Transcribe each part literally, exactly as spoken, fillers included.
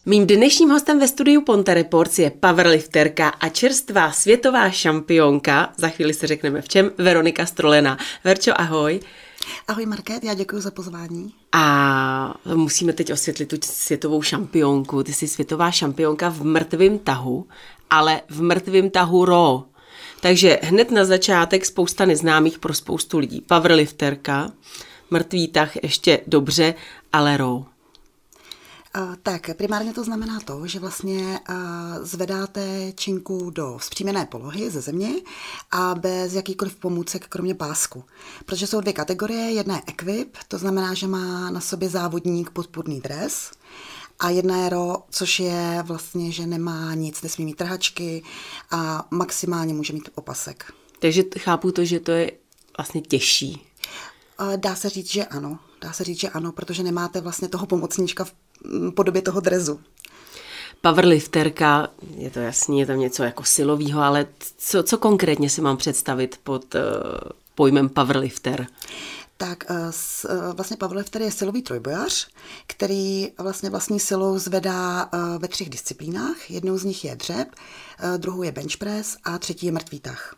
Mým dnešním hostem ve studiu Ponte Reports je powerlifterka a čerstvá světová šampionka, za chvíli se řekneme v čem, Veronika Strolená. Verčo, ahoj. Ahoj Market, já děkuji za pozvání. A musíme teď osvětlit tu světovou šampionku. Ty jsi světová šampionka v mrtvém tahu, ale v mrtvém tahu raw. Takže hned na začátek spousta neznámých pro spoustu lidí. Powerlifterka, mrtvý tah ještě dobře, ale raw. Uh, tak primárně to znamená to, že vlastně uh, zvedáte činku do vzpřímené polohy ze země a bez jakýkoliv pomůcek, kromě pásku. Protože jsou dvě kategorie, jedna je equip, to znamená, že má na sobě závodník podpůrný dres, a jedna je raw, což je vlastně, že nemá nic, nesmí mít trhačky a maximálně může mít opasek. Takže chápu to, že to je vlastně těžší. Uh, dá se říct, že ano. Dá se říct, že ano, protože nemáte vlastně toho pomocníčka v podobě toho drezu. Powerlifterka, je to jasný, je tam něco jako silového, ale co, co konkrétně si mám představit pod uh, pojmem powerlifter? Tak vlastně powerlifter je silový trojbojař, který vlastně vlastní silou zvedá ve třech disciplínách. Jednou z nich je dřep, druhou je bench press a třetí je mrtvý tah.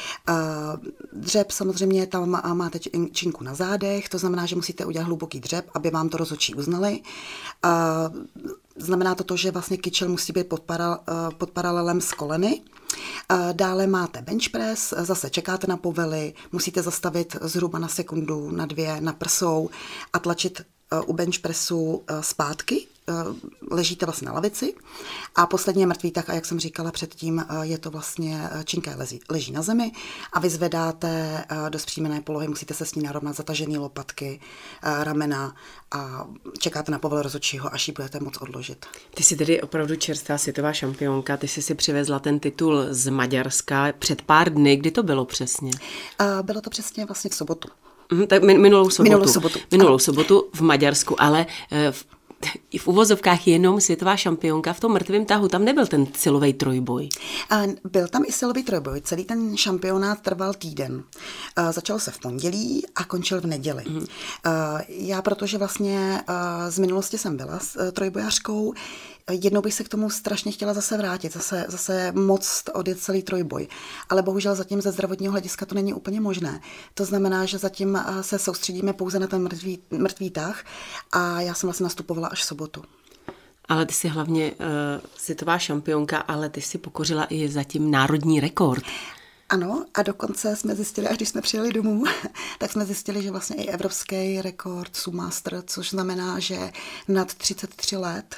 Dřep samozřejmě tam máte činku na zádech, to znamená, že musíte udělat hluboký dřep, aby vám to rozhodčí uznali. Znamená to to, že vlastně kyčel musí být pod, para, pod paralelem s koleny. Dále máte bench press, zase čekáte na povely, musíte zastavit zhruba na sekundu, na dvě, na prsou a tlačit u bench pressu zpátky. Ležíte vlastně na lavici a poslední je mrtvý tah a jak jsem říkala předtím, je to vlastně činka leží, leží na zemi a vy zvedáte do vzpřímené polohy, musíte se s ní narovnat, zatažený lopatky, ramena a čekáte na povel rozhodčího, až ji budete moc odložit. Ty jsi tedy opravdu čerstvá světová šampionka, ty jsi si přivezla ten titul z Maďarska před pár dny, kdy to bylo přesně? Bylo to přesně vlastně v sobotu. Mm, tak minulou sobotu. Minulou sobotu. Minulou sobotu v Maďarsku, ale v i v uvozovkách jenom světová šampionka v tom mrtvém tahu, tam nebyl ten silový trojboj. Byl tam i silový trojboj, celý ten šampionát trval týden. Začal se v pondělí a končil v neděli. Mm. Já, protože vlastně z minulosti jsem byla s trojbojařkou, jednou bych se k tomu strašně chtěla zase vrátit, zase, zase moc odjet celý trojboj. Ale bohužel zatím ze zdravotního hlediska to není úplně možné. To znamená, že zatím se soustředíme pouze na ten mrtvý, mrtvý tah a já jsem vlastně nastupovala až v sobotu. Ale ty jsi hlavně uh, světová šampionka, ale ty jsi pokořila i zatím národní rekord. Ano, a dokonce jsme zjistili, až když jsme přijeli domů, tak jsme zjistili, že vlastně i evropský rekord Sumaster, což znamená, že nad třicet tři let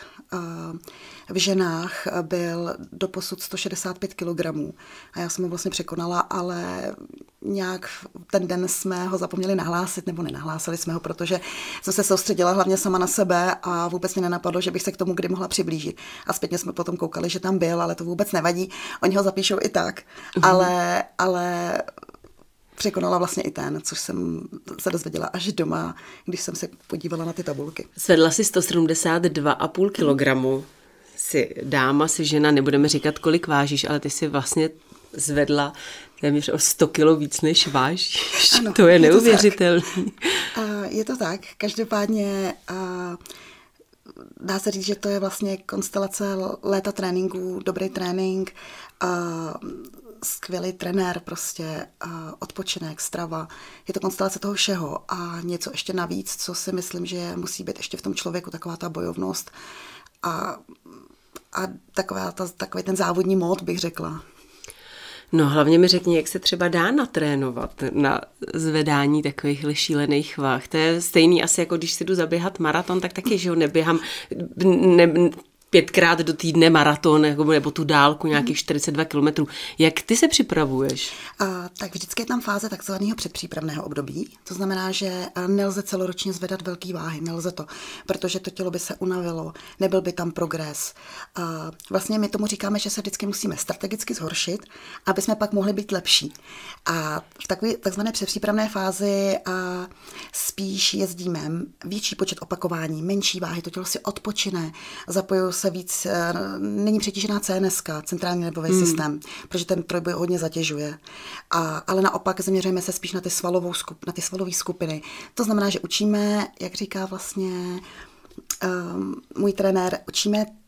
v ženách byl doposud sto šedesát pět kilogramů. A já jsem ho vlastně překonala, ale nějak ten den jsme ho zapomněli nahlásit, nebo nenahlásili jsme ho, protože jsem se soustředila hlavně sama na sebe a vůbec mě nenapadlo, že bych se k tomu kdy mohla přiblížit. A zpětně jsme potom koukali, že tam byl, ale to vůbec nevadí. Oni ho zapíšou i tak, uhum. ale, ale překonala vlastně i ten, což jsem se dozvěděla až doma, když jsem se podívala na ty tabulky. Svedla si sto sedmdesát dva a půl kilogramu. Jsi dáma, jsi žena, nebudeme říkat, kolik vážíš, ale ty si vlastně zvedla téměř o sto kilo víc, než vážíš. Ano, to je, je neuvěřitelné. Je to tak. Každopádně dá se říct, že to je vlastně konstelace léta tréninku, dobrý trénink, skvělý trenér, prostě odpočinek, strava. Je to konstelace toho všeho a něco ještě navíc, co si myslím, že musí být ještě v tom člověku, taková ta bojovnost a, a taková ta, takový ten závodní mód, bych řekla. No hlavně mi řekni, jak se třeba dá natrénovat na zvedání takových šílených vah. To je stejný asi jako když si jdu zaběhat maraton, tak taky, že ho neběhám ne, pětkrát do týdne maraton nebo tu dálku nějakých čtyřicet dva kilometrů. Jak ty se připravuješ? A, tak vždycky je tam fáze takzvaného předpřípravného období. To znamená, že nelze celoročně zvedat velký váhy, nelze to, protože to tělo by se unavilo, nebyl by tam progres. A vlastně my tomu říkáme, že se vždycky musíme strategicky zhoršit, aby jsme pak mohli být lepší. A v takové takzvané předpřípravné fázi a spíš jezdíme větší počet opakování, menší váhy, to tělo si odpočine, zapojují se víc, není přetížená C N S, centrální nervový hmm. systém, protože ten trojboj hodně zatěžuje. A, ale naopak zaměřujeme se spíš na ty, svalovou skup, na ty svalové skupiny. To znamená, že učíme, jak říká vlastně um, můj trenér, učíme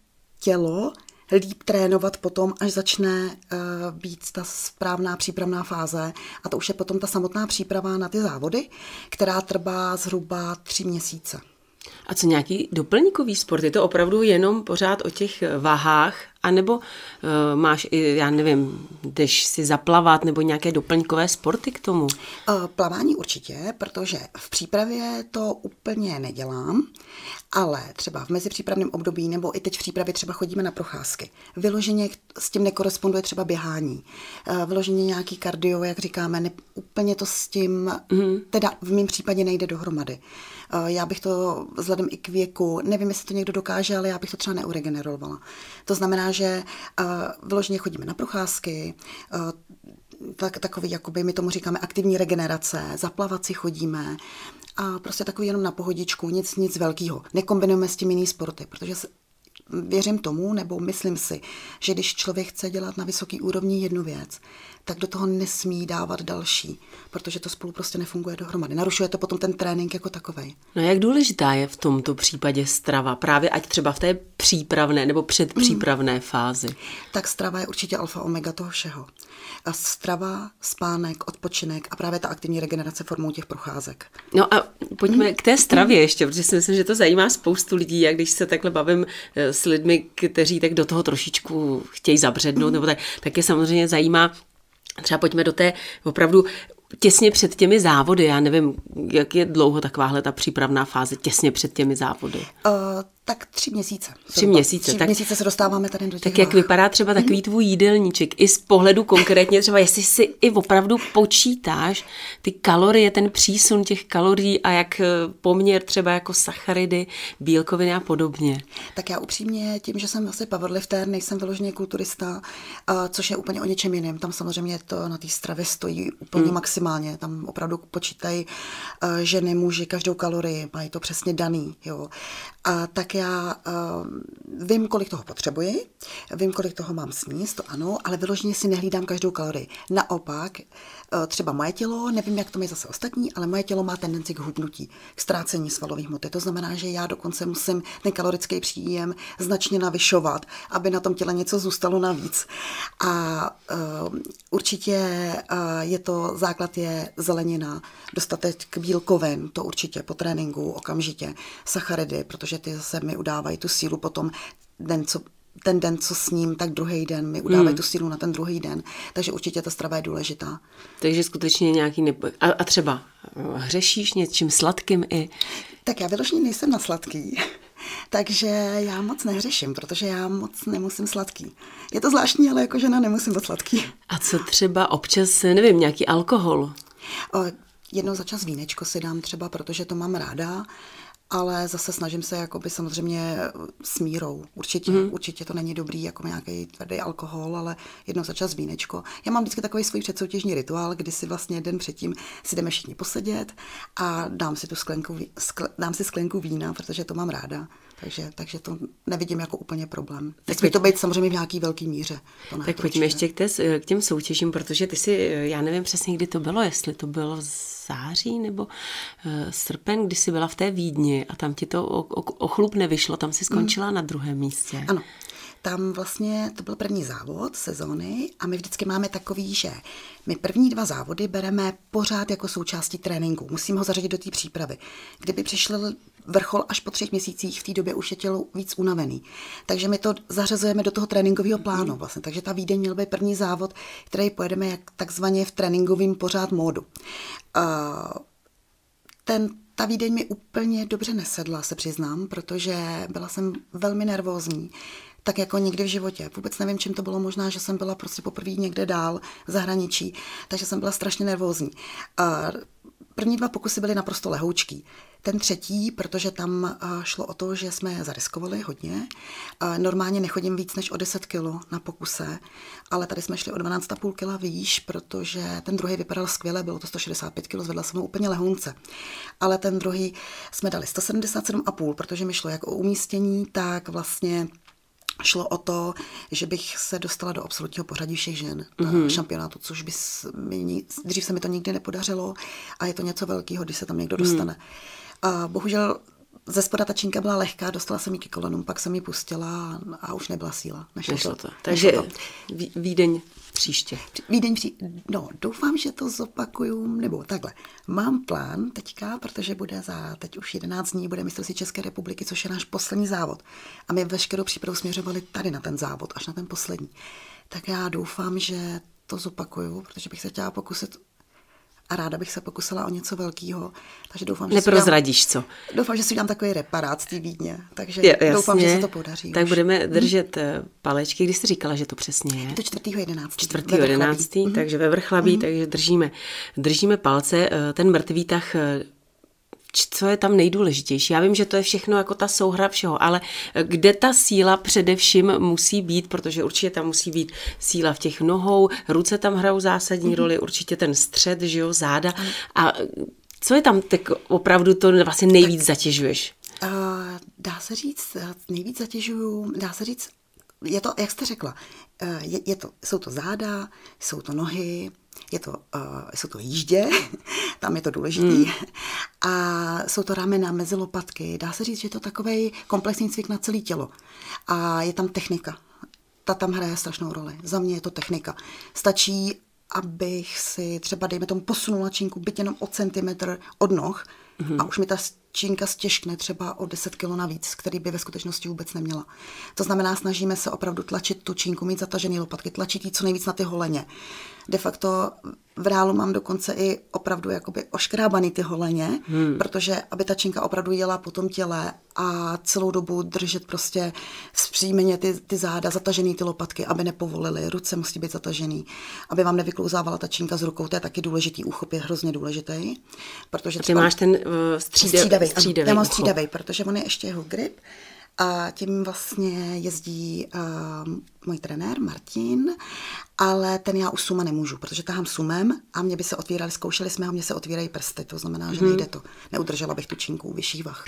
tělo líp trénovat potom, až začne uh, být ta správná přípravná fáze. A to už je potom ta samotná příprava na ty závody, která trvá zhruba tři měsíce. A co nějaký doplňkový sport? Je to opravdu jenom pořád o těch váhách? A nebo uh, máš i, já nevím, jdeš si zaplavat nebo nějaké doplňkové sporty k tomu? Uh, plavání určitě, protože v přípravě to úplně nedělám, ale třeba v mezipřípravném období nebo i teď v přípravě třeba chodíme na procházky. Vyloženě s tím nekoresponduje třeba běhání. Uh, vyloženě nějaký kardio, jak říkáme, ne, úplně to s tím, mm. teda v mém případě nejde dohromady. Uh, já bych to vzhledem i k věku, nevím, jestli to někdo dokáže, ale já bych to třeba neuregenerovala. To znamená, že uh, vyloženě chodíme na procházky, uh, tak, takový, jakoby my tomu říkáme aktivní regenerace, zaplavat si chodíme a prostě takový jenom na pohodičku, nic, nic velkého. Nekombinujeme s tím jiný sporty, protože se, věřím tomu, nebo myslím si, že když člověk chce dělat na vysoký úrovni jednu věc, tak do toho nesmí dávat další, protože to spolu prostě nefunguje dohromady. Narušuje to potom ten trénink jako takovej. No jak důležitá je v tomto případě strava? Právě ať třeba v té přípravné nebo předpřípravné mm. fázi. Tak strava je určitě alfa omega toho všeho. A strava, spánek, odpočinek a právě ta aktivní regenerace formou těch procházek. No a pojďme mm. k té stravě ještě, protože si myslím, že to zajímá spoustu lidí, a když se takhle bavím s lidmi, kteří tak do toho trošičku chtějí zabřednout, mm. nebo tak, tak je samozřejmě zajímá. Třeba pojďme do té opravdu těsně před těmi závody. Já nevím, jak je dlouho takováhle ta přípravná fáze těsně před těmi závody. Uh, tak tři měsíce. Tři měsíce. Tři tak, měsíce se dostáváme tady do těch Tak jak váh. vypadá třeba takový tvůj jídelníček? I z pohledu konkrétně třeba, jestli si i opravdu počítáš ty kalorie, ten přísun těch kalorií a jak poměr třeba jako sacharidy, bílkoviny a podobně. Tak já upřímně tím, že jsem asi powerlifter, nejsem vyloženě kulturista, uh, což je úplně o něčem jiném. Tam samozřejmě to na té stravě stojí úplně hmm. maximálně. Tam opravdu počítají uh, ženy, muži, každou kalorii, mají to přesně daný. Jo. A tak já uh, vím, kolik toho potřebuji, vím, kolik toho mám sníst, to ano, ale vyloženě si nehlídám každou kalorii. Naopak, uh, třeba moje tělo, nevím, jak to mají zase ostatní, ale moje tělo má tendenci k hubnutí, k ztrácení svalové hmoty. To znamená, že já dokonce musím ten kalorický příjem značně navyšovat, aby na tom těle něco zůstalo navíc. A uh, určitě uh, je to, základ je zelenina, dostatek bílkovin, to určitě po tréninku okamžitě, sacharidy, protože ty zase mi udávají tu sílu potom den, co, ten den, co s ním, tak druhý den mi udávají hmm. tu sílu na ten druhý den. Takže určitě ta strava je důležitá. Takže skutečně nějaký... Nepo... A, a třeba hřešíš něčím sladkým i? Tak já vyloženě nejsem na sladký. Takže já moc nehřeším, protože já moc nemusím sladký. Je to zvláštní, ale jako žena nemusím moc sladký. A co třeba občas, nevím, nějaký alkohol? O, jednou za čas vínečko si dám třeba, protože to mám ráda, ale zase snažím se jakoby samozřejmě s mírou. Určitě, mm. určitě to není dobrý jako nějaký tvrdý alkohol, ale jednou za čas vínečko. Já mám vždycky takový svůj předsoutěžní rituál, kdy si vlastně den předtím si jdeme všichni posedět a dám si tu sklenku, skl, dám si sklenku vína, protože to mám ráda. Takže, takže to nevidím jako úplně problém. Nesmí to být samozřejmě v nějaký velký míře. To ne, tak to pojďme ještě k, té, k těm soutěžím, protože ty si, já nevím přesně, kdy to bylo, jestli to bylo září nebo uh, srpen, kdy jsi byla v té Vídni a tam ti to o, o, o chlup nevyšlo, tam si skončila mm. na druhém místě. Ano. Tam vlastně to byl první závod sezóny a my vždycky máme takový, že my první dva závody bereme pořád jako součástí tréninku. Musím ho zařadit do té přípravy. Kdyby přišel vrchol až po třech měsících, v té době už je tělo víc unavený. Takže my to zařazujeme do toho tréninkového plánu vlastně. Takže ta Vídeň měl být první závod, který pojedeme jak takzvaně v tréninkovém pořád módu. Uh, ten Ta Vídeň mi úplně dobře nesedla, se přiznám, protože byla jsem velmi nervózní, tak jako nikdy v životě. Vůbec nevím, čím to bylo, možná, že jsem byla prostě poprvé někde dál v zahraničí, takže jsem byla strašně nervózní. První dva pokusy byly naprosto lehoučký. Ten třetí, protože tam šlo o to, že jsme zariskovali hodně. Normálně nechodím víc než o deset kilo na pokuse, ale tady jsme šli o dvanáct celá pět kila výš, protože ten druhý vypadal skvěle, bylo to sto šedesát pět kilo, zvedla jsem ho úplně lehounce. Ale ten druhý jsme dali sto sedmdesát sedm celá pět, protože mi šlo jak o umístění, tak vlastně šlo o to, že bych se dostala do absolutního pořadí všech žen mm-hmm. šampionátu, což by mi, dřív se mi to nikdy nepodařilo a je to něco velkého, když se tam někdo dostane. Mm. A bohužel ze spoda ta činka byla lehká, dostala jsem ji ke kolenům, pak jsem ji pustila a už nebyla síla. Nešlo, Nešlo to. to. Takže Nešlo to. Vídeň příště. Vídeň pří... No, doufám, že to zopakuju, nebo takhle. Mám plán teďka, protože bude za teď už jedenáct dní, bude mistrovství České republiky, což je náš poslední závod. A my veškerou přípravu směřovali tady na ten závod, až na ten poslední. Tak já doufám, že to zopakuju, protože bych se chtěla pokusit a ráda bych se pokusila o něco velkého. Takže doufám, že Neprozradíš co? Doufám, že si dám takový reparát z té Vídně. Takže je, doufám, že se to podaří. Tak už. budeme držet hmm. palečky. Když jsi říkala, že to přesně je? Je to čtvrtého jedenáctého čtvrtého jedenáctého Mm-hmm. takže ve Vrchlabí, mm-hmm. takže držíme, držíme palce. Ten mrtvý tah, co je tam nejdůležitější? Já vím, že to je všechno jako ta souhra všeho, ale kde ta síla především musí být, protože určitě tam musí být síla v těch nohou, ruce tam hrajou zásadní mm-hmm. roli, určitě ten střed, že jo, záda. Mm. A co je tam tak opravdu to vlastně nejvíc tak, zatěžuješ? Uh, dá se říct, nejvíc zatěžuju, dá se říct, je to, jak jste řekla, je, je to, jsou to záda, jsou to nohy, je to, uh, jsou to jíždě, tam je to důležitý, hmm. a jsou to ramena, mezi lopatky. Dá se říct, že je to takovej komplexní cvik na celé tělo. A je tam technika. Ta tam hraje strašnou roli. Za mě je to technika. Stačí, abych si třeba, dejme tomu, posunula činku byť jenom o centimetr od noh, hmm. a už mi ta činka stěžkne třeba o deset kilo navíc, který by ve skutečnosti vůbec neměla. To znamená, snažíme se opravdu tlačit tu činku, mít zatažený lopatky, tlačit jí co nejvíc na ty holeně. De facto v reálu mám dokonce i opravdu jakoby oškrábaný ty holeně, hmm. protože aby ta činka opravdu jela po tom těle a celou dobu držet prostě vzpřímeně ty, ty záda, zatažený ty lopatky, aby nepovolily, ruce musí být zatažený, aby vám nevyklouzávala ta činka z rukou, to je taky důležitý, úchop je hrozně důležitý. Protože a ty třeba máš ten uh, stříde, střídavý, střídavý já mám střídavý, protože on je ještě jeho grip. A tím vlastně jezdí uh, můj trenér Martin, ale ten já už suma nemůžu, protože tahám sumem a mě by se otvírali, zkoušeli jsme ho, mě se otvírají prsty, to znamená, že hmm. nejde to. Neudržela bych tu činku u vyšších vah.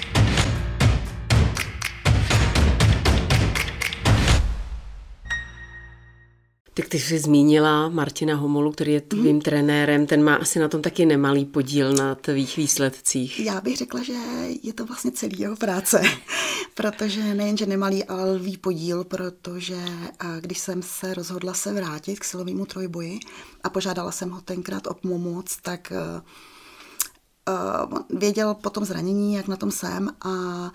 Tak ty jsi zmínila Martina Homolu, který je tvým mm. trenérem, ten má asi na tom taky nemalý podíl na tvých výsledcích. Já bych řekla, že je to vlastně celý jeho práce, protože nejenže nemalý, ale lví podíl, protože když jsem se rozhodla se vrátit k silovému trojboji a požádala jsem ho tenkrát o pomoc, tak uh, věděl po tom zranění, jak na tom jsem, a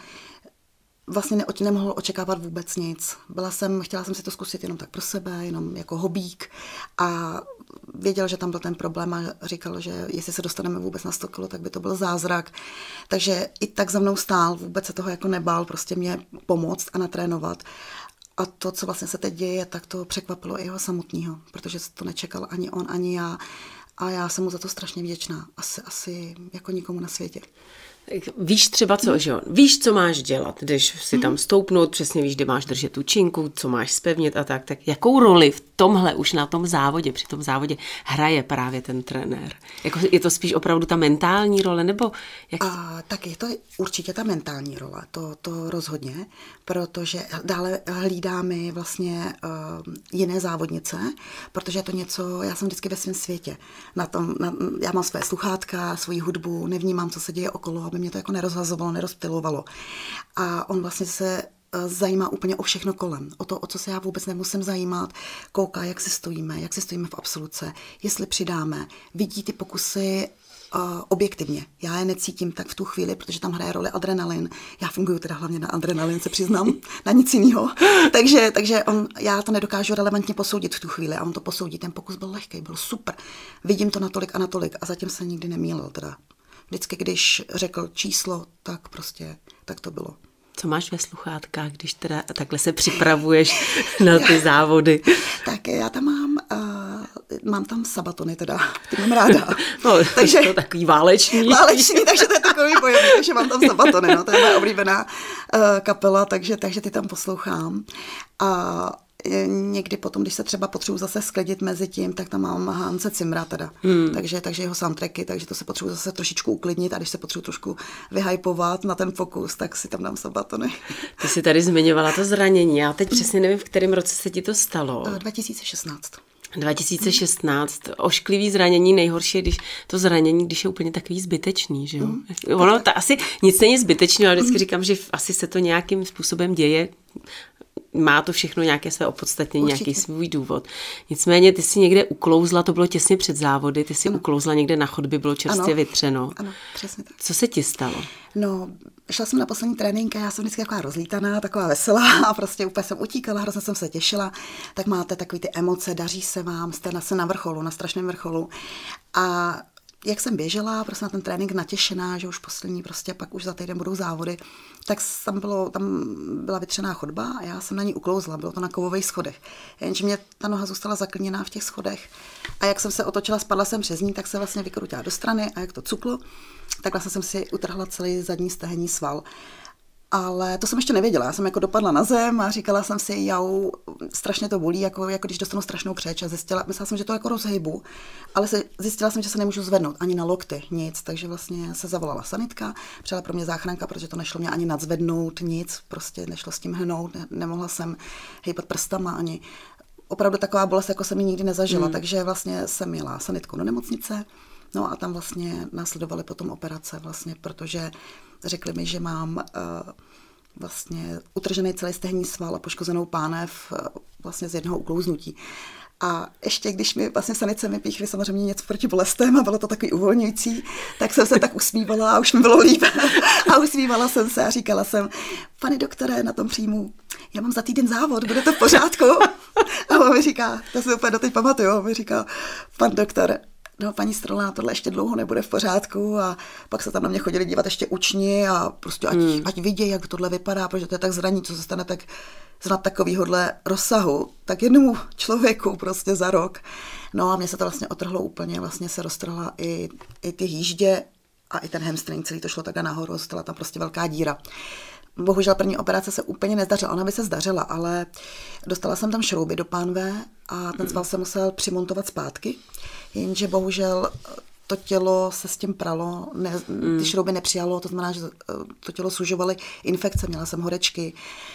vlastně ne, nemohl očekávat vůbec nic. Byla jsem, chtěla jsem si to zkusit jenom tak pro sebe, jenom jako hobík, a věděl, že tam byl ten problém a říkal, že jestli se dostaneme vůbec na sto kilo, tak by to byl zázrak. Takže i tak za mnou stál, vůbec se toho jako nebál, prostě mě pomoct a natrénovat. A to, co vlastně se teď děje, tak to překvapilo i jeho samotného, protože to nečekal ani on, ani já. A já jsem mu za to strašně vděčná. Asi, asi jako nikomu na světě. Víš třeba co, že jo? Víš, co máš dělat, jdeš si tam stoupnout, přesně víš, kde máš držet tu činku, co máš zpevnit a tak, tak jakou roli v tomhle už na tom závodě, při tom závodě hraje právě ten trenér? Jako, je to spíš opravdu ta mentální role, nebo jak? A, tak je to určitě ta mentální role, to, to rozhodně, protože dále hlídáme vlastně uh, jiné závodnice, protože je to něco, já jsem vždycky ve svém světě. Na tom, na, já mám své sluchátka, svoji hudbu, nevnímám, co se děje okolo, aby mě to jako nerozhazovalo, nerozptylovalo. A on vlastně se zajímá úplně o všechno kolem. O to, o co se já vůbec nemusím zajímat. Kouká, jak se stojíme, jak se stojíme v absoluce, jestli přidáme. Vidí ty pokusy uh, objektivně. Já je necítím tak v tu chvíli, protože tam hraje roli adrenalin. Já funguju teda hlavně na adrenalin, se přiznám, na nic jiného. takže takže on, já to nedokážu relevantně posoudit v tu chvíli a on to posoudí. Ten pokus byl lehký, byl super. Vidím to natolik a natolik a zatím se nikdy nemýlil teda. Vždycky, když řekl číslo, tak prostě, tak to bylo. Co máš ve sluchátkách, když teda takhle se připravuješ na ty závody? Tak já tam mám, uh, mám tam sabatony teda, ty mám ráda. No, takže to takový váleční. Váleční, takže to je takový bojový, takže mám tam sabatony, no, to je moje oblíbená uh, kapela, takže, takže ty tam poslouchám. A někdy potom, když se třeba potřebuji zase sklidit mezi tím, tak tam mám Hanse Zimmera teda. Hmm. Takže, takže jeho soundtracky, takže to se potřebuji zase trošičku uklidnit a když se potřebuji trošku vyhypovat na ten pokus, tak si tam dám sabatony. Ty jsi tady zmiňovala to zranění. Já teď přesně nevím, v kterém roce se ti to stalo. dva tisíce šestnáct. dva tisíce šestnáct, ošklivý zranění, nejhorší je, když to zranění, když je úplně takový zbytečný, že jo. Mm. Ono to asi nic není zbytečný, ale vždycky mm. říkám, že asi se to nějakým způsobem děje, má to všechno nějaké své opodstatnění, nějaký svůj důvod. Nicméně ty si někde uklouzla, to bylo těsně před závody, ty si ano. uklouzla někde na chodbě, bylo čerstvě ano. vytřeno. Ano, přesně tak. Co se ti stalo? No, šla jsem na poslední trénink a já jsem vždycky taková rozlítaná, taková veselá a prostě úplně jsem utíkala, hrozně jsem se těšila. Tak máte takový ty emoce, daří se vám, jste na, na vrcholu, na strašném vrcholu. A jak jsem běžela, prostě na ten trénink natěšená, že už poslední, prostě pak už za týden budou závody, tak tam, bylo, tam byla vytřená chodba a já jsem na ní uklouzla, bylo to na kovových schodech. Jenže mě ta noha zůstala zaklněná v těch schodech a jak jsem se otočila, spadla jsem přes ní, tak se vlastně vykrutila do strany a jak to cuklo, tak vlastně jsem si utrhla celý zadní stehenní sval. Ale to jsem ještě nevěděla, já jsem jako dopadla na zem a říkala jsem si, jau, strašně to bolí, jako, jako když dostanu strašnou křeč a zjistila, myslela jsem, že to jako rozhybu, ale se, zjistila jsem, že se nemůžu zvednout ani na lokty, nic, takže vlastně se zavolala sanitka, přijela pro mě záchranka, protože to nešlo mě ani nadzvednout, nic, prostě nešlo s tím hnout, ne, nemohla jsem hejbat prstama ani, opravdu taková bolest, jako jsem ji nikdy nezažila, hmm. takže vlastně jsem jela sanitkou do nemocnice, no a tam vlastně následovaly potom operace, vlastně, protože řekli mi, že mám uh, vlastně utržený celý stehenní sval a poškozenou pánev uh, vlastně z jednoho uklouznutí. A ještě když mi vlastně sanice mi píchli samozřejmě něco proti bolestem a bylo to takový uvolňující, tak jsem se tak usmívala a už mi bylo líp. A usmívala jsem se a říkala jsem, pane doktore, na tom příjmu, já mám za týden závod, bude to v pořádku? A on mi říká, to si úplně doteď pamatuju, on mi říká, pan doktor, no, paní Strolná, tohle ještě dlouho nebude v pořádku a pak se tam na mě chodili dívat ještě učni a prostě ať, hmm. ať vidějí, jak tohle vypadá, protože to je tak zraní, co se stane tak znat takovýhodle rozsahu, tak jednomu člověku prostě za rok. No a mě se to vlastně otrhlo úplně, vlastně se roztrhla i, i ty jíždě a i ten hamstring, celý to šlo takhle nahoru, zůstala tam prostě velká díra. Bohužel první operace se úplně nezdařila, ona by se zdařila, ale dostala jsem tam šrouby do pánve a ten sval se musel přimontovat zpátky, jenže bohužel to tělo se s tím pralo, ne, ty šrouby nepřijalo, to znamená, že to tělo sužovaly infekce, měla jsem horečky,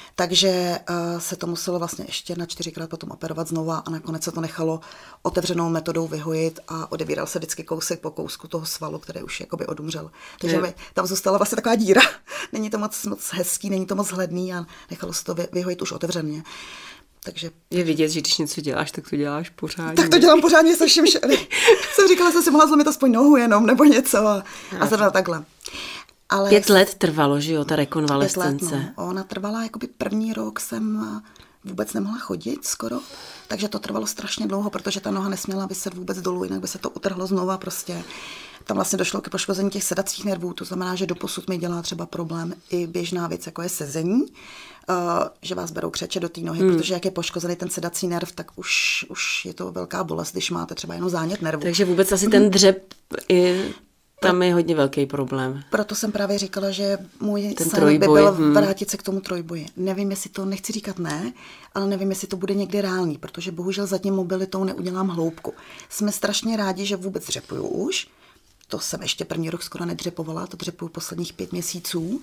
takže uh, se to muselo vlastně ještě na čtyřikrát potom operovat znova a nakonec se to nechalo otevřenou metodou vyhojit a odebíral se vždycky kousek po kousku toho svalu, který už jakoby odumřel. Takže mi tam zůstala vlastně taková díra. Není to moc, moc hezký, není to moc hledný a nechalo se to vyhojit už otevřeně. Takže je vidět, že když něco děláš, tak to děláš pořádně. Tak to dělám pořádně se vším. Jsem říkala, že si mohla zlomit aspoň nohu jenom, nebo něco a, a zrovna takhle. Ale pět let trvalo, že jo, ta rekonvalescence. Pět let, no. Ona trvala, jakoby první rok jsem vůbec nemohla chodit skoro, takže to trvalo strašně dlouho, protože ta noha nesměla vyset vůbec dolů, jinak by se to utrhlo znova prostě. Tam vlastně došlo k poškození těch sedacích nervů, to znamená, že doposud mi dělá třeba problém i běžná věc, jako je sezení, uh, že vás berou křeče do té nohy, hmm. protože jak je poškozený ten sedací nerv, tak už, už je to velká bolest, když máte třeba jenom zánět nervu. Takže vůbec asi ten dřep i tam je hodně velký problém. Proto jsem právě říkala, že můj sen by byl hmm. vrátit se k tomu trojboji. Nevím, jestli to, nechci říkat ne, ale nevím, jestli to bude někdy reálný, protože bohužel zadní mobilitou neudělám hloubku. Jsme strašně rádi, že vůbec dřepuju už. To jsem ještě první rok skoro nedřepovala, to dřepuju posledních pět měsíců.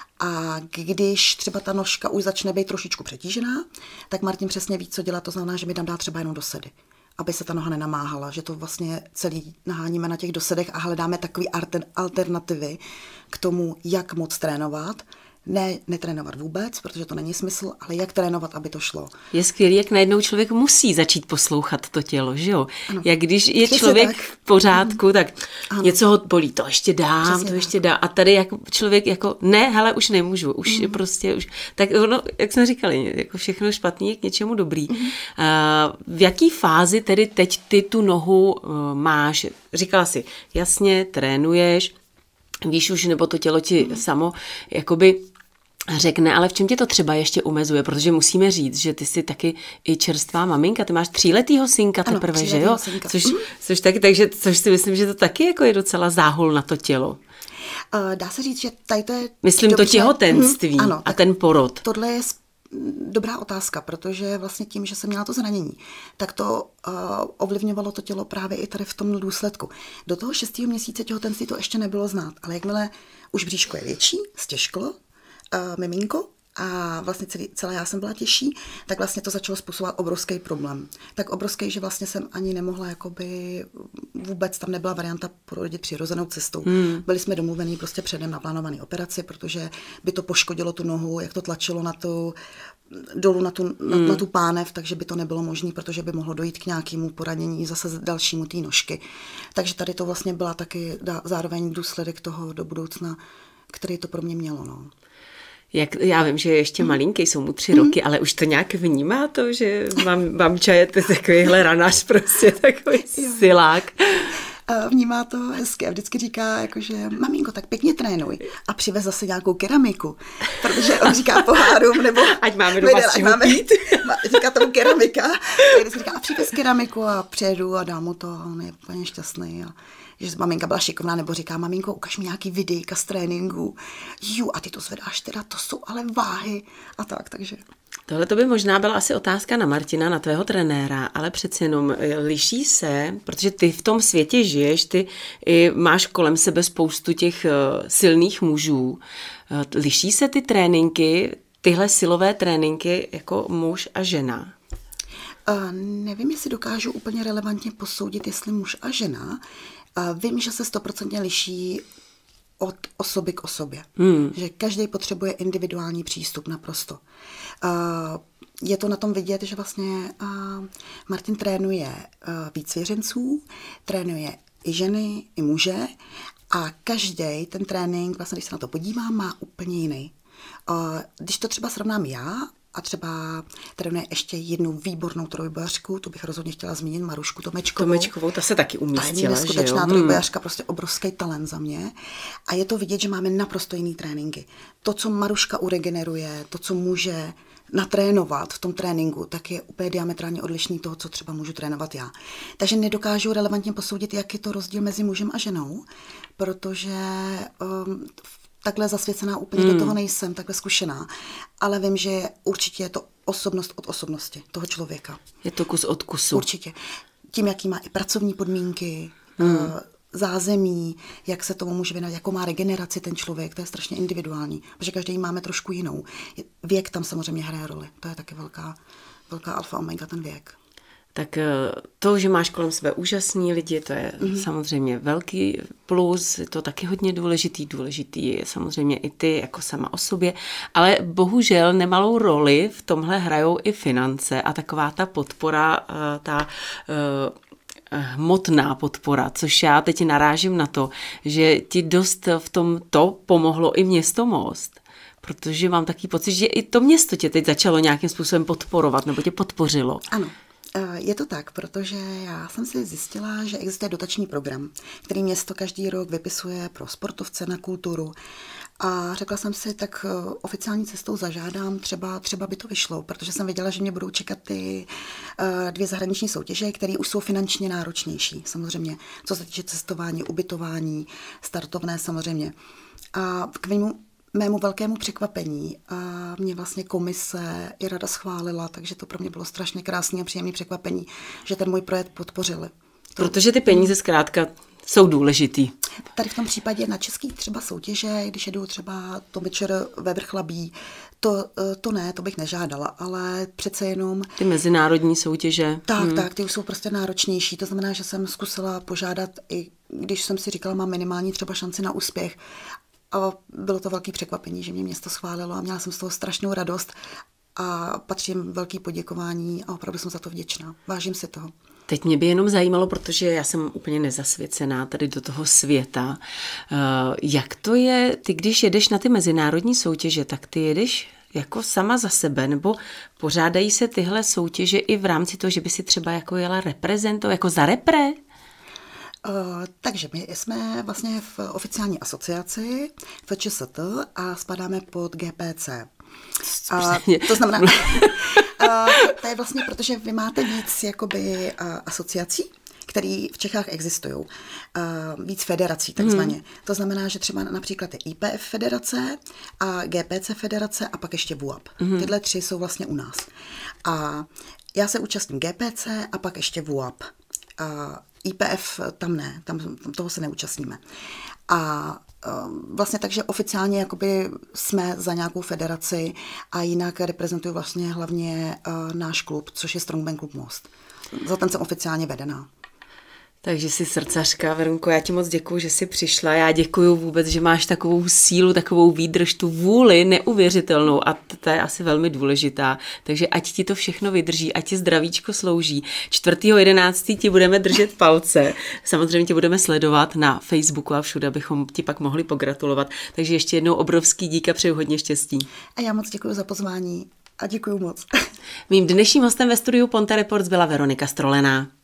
A když třeba ta nožka už začne být trošičku přetížená, tak Martin přesně ví, co dělat, to znamená, že mi tam dá třeba jenom dosedy, aby se ta noha nenamáhala, že to vlastně celý naháníme na těch dosedech a hledáme takové alternativy k tomu, jak moc trénovat. Ne, netrénovat vůbec, protože to není smysl, ale jak trénovat, aby to šlo. Je skvělý, jak najednou člověk musí začít poslouchat to tělo, že jo? Ano. Jak když je Přesně člověk tak. v pořádku, tak ano. něco ho bolí, to ještě dám, Přesně to tak. ještě dám. A tady jak člověk jako, ne, hele, už nemůžu, už mm. prostě, už. Tak ono, jak jsme říkali, jako všechno špatný je k něčemu dobrý. Mm. Uh, v jaký fázi tedy teď ty tu nohu uh, máš? Říkala jsi, jasně, trénuješ, víš už, nebo to tělo ti mm. samo, jakoby řekne, ale v čem tě to třeba ještě omezuje, protože musíme říct, že ty jsi taky i čerstvá maminka, ty máš tříletýho synka teprve, že jo? Synka. Což, což, taky, takže, což si myslím, že to taky jako je docela záhul na to tělo. Uh, dá se říct, že tady to je Myslím dobře. to těhotenství hmm, ano, a ten porod. Tohle je dobrá otázka, protože vlastně tím, že jsem měla to zranění, tak to uh, ovlivňovalo to tělo právě i tady v tom důsledku. Do toho šestého měsíce těhotenství to ještě nebylo znát, ale jakmile už bříško je větší, stěžklo, Uh, miminko a vlastně celý, celá já jsem byla těžší, tak vlastně to začalo způsobovat obrovský problém. Tak obrovský, že vlastně jsem ani nemohla, jakoby vůbec tam nebyla varianta porodit přirozenou cestou. Hmm. Byli jsme domluvení prostě předem na plánované operaci, protože by to poškodilo tu nohu, jak to tlačilo na tu dolů na tu, na, hmm. na tu pánev, takže by to nebylo možné, protože by mohlo dojít k nějakému poranění zase dalšímu té nožky. Takže tady to vlastně byla taky zároveň důsledek toho do budoucna, který to pro mě mělo. No. Jak, já vím, že je ještě malinký, jsou mu tři mm. roky, ale už to nějak vnímá to, že mám, mám čajet takovýhle ranář, prostě takový silák. Vnímá to hezky a vždycky říká, jakože maminko, tak pěkně trénuj a přivez zase nějakou keramiku, protože on říká pohárům, nebo ať máme doma s čím pít. Říká tomu keramika, a říká a přivez keramiku a přijedu a dám mu to a on je úplně šťastný. A že maminka byla šikovná, nebo říká, maminko, ukaž mi nějaký videjka z tréninku. Ju, a ty to zvedáš teda, to jsou ale váhy a tak, takže... Tohle to by možná byla asi otázka na Martina, na tvého trenéra, ale přeci jenom liší se, protože ty v tom světě žiješ, ty i máš kolem sebe spoustu těch silných mužů. Liší se ty tréninky, tyhle silové tréninky jako muž a žena? Uh, nevím, jestli dokážu úplně relevantně posoudit, jestli muž a žena. Uh, vím, že se stoprocentně liší od osoby k osobě. Hmm. Že každý potřebuje individuální přístup naprosto. Uh, je to na tom vidět, že vlastně uh, Martin trénuje uh, víc svěřenců, trénuje i ženy, i muže a každý ten trénink, vlastně, když se na to podívám, má úplně jiný. Uh, když to třeba srovnám já a třeba trénuje ještě jednu výbornou trojbojařku, tu bych rozhodně chtěla zmínit, Marušku Tomečkovou. Tomečkovou, ta se taky umístila, že jo? Ta je neskutečná trojbojařka, prostě obrovský talent za mě. A je to vidět, že máme naprosto jiný tréninky. To, co Maruška uregeneruje, to, co může natrénovat v tom tréninku, tak je úplně diametrálně odlišný toho, co třeba můžu trénovat já. Takže nedokážu relevantně posoudit, jak je to rozdíl mezi mužem a ženou, protože um, takhle zasvěcená úplně hmm. do toho nejsem, takhle zkušená, ale vím, že určitě je to osobnost od osobnosti toho člověka. Je to kus od kusu. Určitě. Tím, jaký má i pracovní podmínky, hmm. zázemí, jak se tomu může věnovat, jakou má regeneraci ten člověk, to je strašně individuální, protože každý máme trošku jinou. Věk tam samozřejmě hraje roli, to je taky velká, velká alfa omega, ten věk. Tak to, že máš kolem sebe úžasní lidi, to je mm-hmm. samozřejmě velký plus, je to taky hodně důležitý, důležitý je samozřejmě i ty jako sama o sobě, ale bohužel nemalou roli v tomhle hrajou i finance a taková ta podpora, ta hmotná podpora, což já teď narážím na to, že ti dost v tom to pomohlo i město Most. Protože mám takový pocit, že i to město tě teď začalo nějakým způsobem podporovat, nebo tě podpořilo. Ano. Je to tak, protože já jsem si zjistila, že existuje dotační program, který město každý rok vypisuje pro sportovce na kulturu a řekla jsem si, tak oficiální cestou zažádám, třeba, třeba by to vyšlo, protože jsem věděla, že mě budou čekat ty dvě zahraniční soutěže, které už jsou finančně náročnější, samozřejmě, co se týče cestování, ubytování, startovné samozřejmě. A k mému mému velkému překvapení a mě vlastně komise i rada schválila, takže to pro mě bylo strašně krásné a příjemné překvapení, že ten můj projekt podpořili. Protože ty peníze zkrátka jsou důležitý. Tady v tom případě na český třeba soutěže, když jedu třeba to večer ve Vrchlabí, to, to ne, to bych nežádala, ale přece jenom... Ty mezinárodní soutěže. Tak, hmm. tak, ty už jsou prostě náročnější, to znamená, že jsem zkusila požádat, i když jsem si říkala, mám minimální třeba šanci na úspěch. A bylo to velké překvapení, že mě město schválilo a měla jsem z toho strašnou radost a patří jim velké poděkování a opravdu jsem za to vděčná. Vážím si toho. Teď mě by jenom zajímalo, protože já jsem úplně nezasvěcená tady do toho světa. Jak to je, ty když jedeš na ty mezinárodní soutěže, tak ty jedeš jako sama za sebe, nebo pořádají se tyhle soutěže i v rámci toho, že by si třeba jako jela reprezentovat, jako za repre? Uh, takže my jsme vlastně v oficiální asociaci F Č S T a spadáme pod G P C. Uh, to znamená, uh, to je vlastně, protože vy máte víc jakoby uh, asociací, které v Čechách existují. Uh, víc federací takzvaně. Hmm. To znamená, že třeba například je I P F federace a G P C federace a pak ještě V U A P. Hmm. Tyhle tři jsou vlastně u nás. A já se účastním G P C a pak ještě V U A P. Uh, I P F tam ne, tam toho se neúčastníme. A vlastně takže oficiálně jakoby jsme za nějakou federaci a jinak reprezentuju vlastně hlavně náš klub, což je Strongman Klub Most. Za ten jsem oficiálně vedená. Takže jsi srdcařka, Verunko, já ti moc děkuju, že jsi přišla. Já děkuju vůbec, že máš takovou sílu, takovou výdrž, tu vůli neuvěřitelnou a ta je asi velmi důležitá. Takže ať ti to všechno vydrží, ať ti zdravíčko slouží. čtvrtého jedenáctého ti budeme držet palce. Samozřejmě tě budeme sledovat na Facebooku a všude, abychom ti pak mohli pogratulovat. Takže ještě jednou obrovský dík a přeju hodně štěstí. A já moc děkuju za pozvání a děkuju moc. Mým dnešním hostem ve studiu Ponte Reports byla Veronika Strolená.